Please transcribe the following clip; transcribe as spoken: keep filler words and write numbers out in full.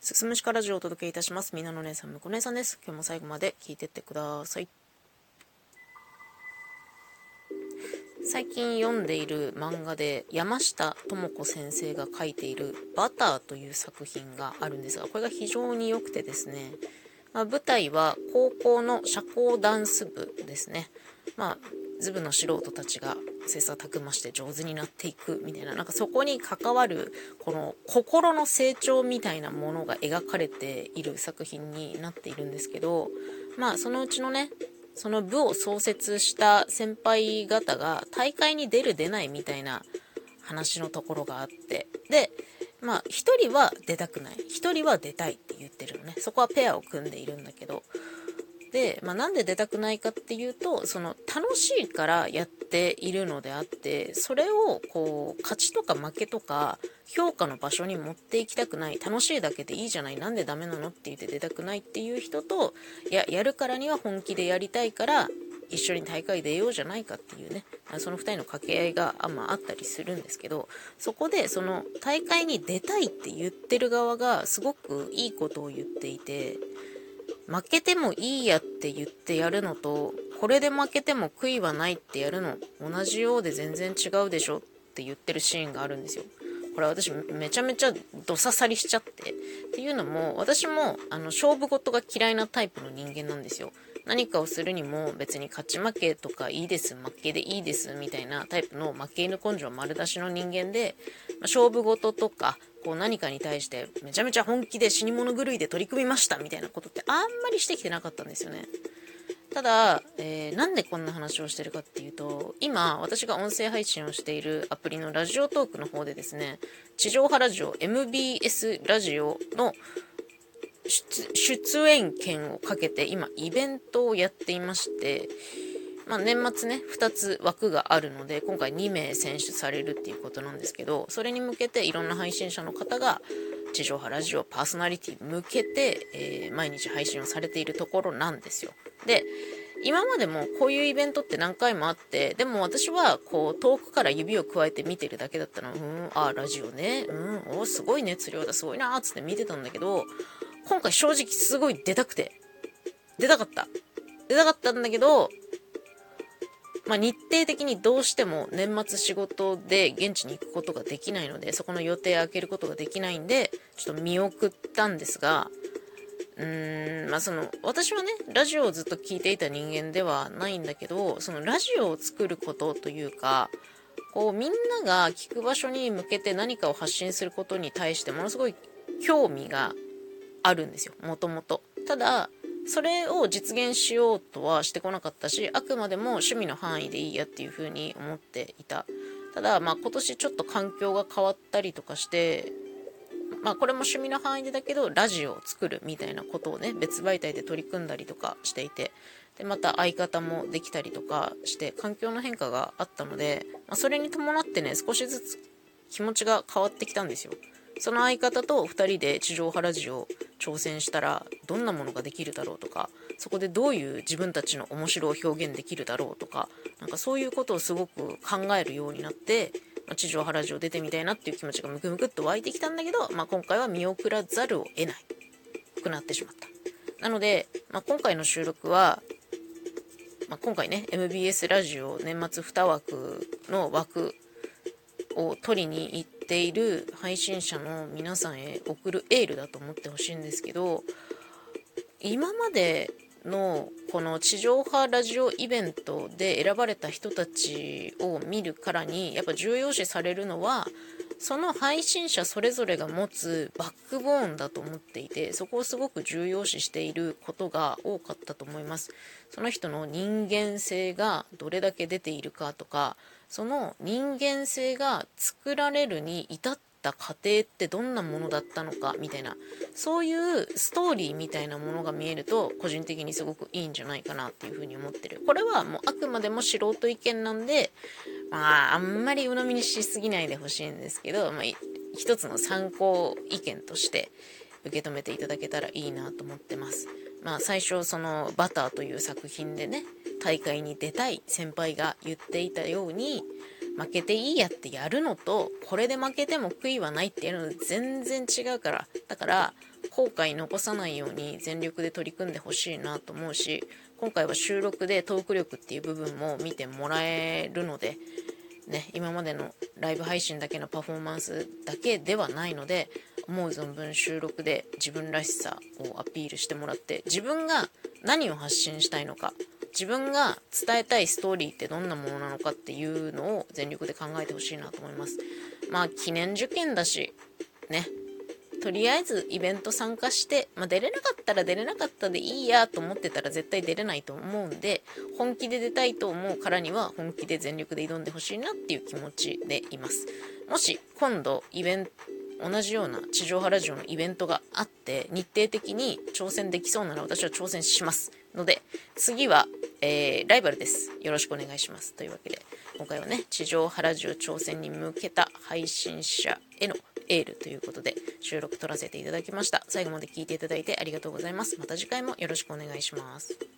すすむしかラジオをお届けいたします。みなの姉さん、むこ姉さんです。今日も最後まで聞いてってください。最近読んでいる漫画で山下智子先生が書いているバターという作品があるんですが、これが非常に良くてですね、まあ、舞台は高校の社交ダンス部ですね。まあズブの素人たちが切磋琢磨して上手になっていくみたいな、なんかそこに関わるこの心の成長みたいなものが描かれている作品になっているんですけど、まあそのうちのね、その部を創設した先輩方が大会に出る出ないみたいな話のところがあって、でまあ一人は出たくない、一人は出たいって言ってるのね。そこはペアを組んでいるんだけど、で、まあ、なんで出たくないかっていうと、その楽しいからやっているのであって、それをこう勝ちとか負けとか評価の場所に持っていきたくない、楽しいだけでいいじゃない、なんでダメなのって言って出たくないっていう人と、いややるからには本気でやりたいから一緒に大会出ようじゃないかっていうね、そのふたりの掛け合いがあ,、まあ、あったりするんですけど、そこでその大会に出たいって言ってる側がすごくいいことを言っていて、負けてもいいやって言ってやるのと、これで負けても悔いはないってやるの同じようで全然違うでしょって言ってるシーンがあるんですよ。これ私めちゃめちゃドササリしちゃって、っていうのも私もあの勝負事が嫌いなタイプの人間なんですよ。何かをするにも別に勝ち負けとかいいです、負けでいいですみたいなタイプの負け犬根性丸出しの人間で、まあ、勝負事とかこう何かに対してめちゃめちゃ本気で死に物狂いで取り組みましたみたいなことってあんまりしてきてなかったんですよね。ただ、えー、なんでこんな話をしてるかっていうと、今私が音声配信をしているアプリのラジオトークの方でですね、地上波ラジオ エムビーエス ラジオの出演権をかけて今イベントをやっていまして、まあ、年末ねふたつ枠があるので今回にめい選出されるっていうことなんですけど、それに向けていろんな配信者の方が地上波ラジオパーソナリティ向けて、えー、毎日配信をされているところなんですよ。で今までもこういうイベントって何回もあって、でも私はこう遠くから指をくわえて見てるだけだったの。うん、あラジオね、うん、おすごい熱量だ、すごいなーっつって見てたんだけど、今回正直すごい出たくて出たかった出たかったんだけど、まあ、日程的にどうしても年末仕事で現地に行くことができないので、そこの予定開けることができないんでちょっと見送ったんですが、うーんまあその私はねラジオをずっと聞いていた人間ではないんだけど、そのラジオを作ることというか、こうみんなが聞く場所に向けて何かを発信することに対してものすごい興味があるんですよ、もともと。ただそれを実現しようとはしてこなかったし、あくまでも趣味の範囲でいいやっていう風に思っていた。ただまあ今年ちょっと環境が変わったりとかして、まあこれも趣味の範囲でだけどラジオを作るみたいなことをね別媒体で取り組んだりとかしていて、でまた相方もできたりとかして環境の変化があったので、まあ、それに伴ってね少しずつ気持ちが変わってきたんですよ。その相方とふたりで地上波ラジオ挑戦したらどんなものができるだろうとか、そこでどういう自分たちの面白を表現できるだろうとか、なんかそういうことをすごく考えるようになって、まあ、地上波ラジオ出てみたいなっていう気持ちがムクムクっと湧いてきたんだけど、まあ、今回は見送らざるを得ないくなってしまった。なので、まあ、今回の収録は、まあ、今回ね エムビーエス ラジオ年末に枠の枠を取りに行っている配信者の皆さんへ送るエールだと思ってほしいんですけど、今までのこの地上波ラジオイベントで選ばれた人たちを見るからにやっぱ重要視されるのはその配信者それぞれが持つバックボーンだと思っていて、そこをすごく重要視していることが多かったと思います。その人の人間性がどれだけ出ているかとか、その人間性が作られるに至った過程ってどんなものだったのかみたいな、そういうストーリーみたいなものが見えると個人的にすごくいいんじゃないかなっていうふうに思ってる。これはもうあくまでも素人意見なんで、まああんまり鵜呑みにしすぎないでほしいんですけど、まあ、一つの参考意見として受け止めていただけたらいいなと思ってます。まあ最初そのバターという作品でね大会に出たい先輩が言っていたように、負けていいやってやるのとこれで負けても悔いはないっていうの全然違うから、だから後悔残さないように全力で取り組んでほしいなと思うし、今回は収録でトーク力っていう部分も見てもらえるのでね、今までのライブ配信だけのパフォーマンスだけではないので、思う存分収録で自分らしさをアピールしてもらって、自分が何を発信したいのか、自分が伝えたいストーリーってどんなものなのかっていうのを全力で考えてほしいなと思います。まあ記念受験だしね、とりあえずイベント参加して、まあ、出れなかったら出れなかったでいいやと思ってたら絶対出れないと思うんで、本気で出たいと思うからには本気で全力で挑んでほしいなっていう気持ちでいます。もし今度イベント同じような地上波ラジオのイベントがあって日程的に挑戦できそうなら私は挑戦しますので、次は、えー、ライバルです。よろしくお願いします。というわけで今回はね、地上波ラジオ挑戦に向けた配信者へのエールということで収録撮らせていただきました。最後まで聞いていただいてありがとうございます。また次回もよろしくお願いします。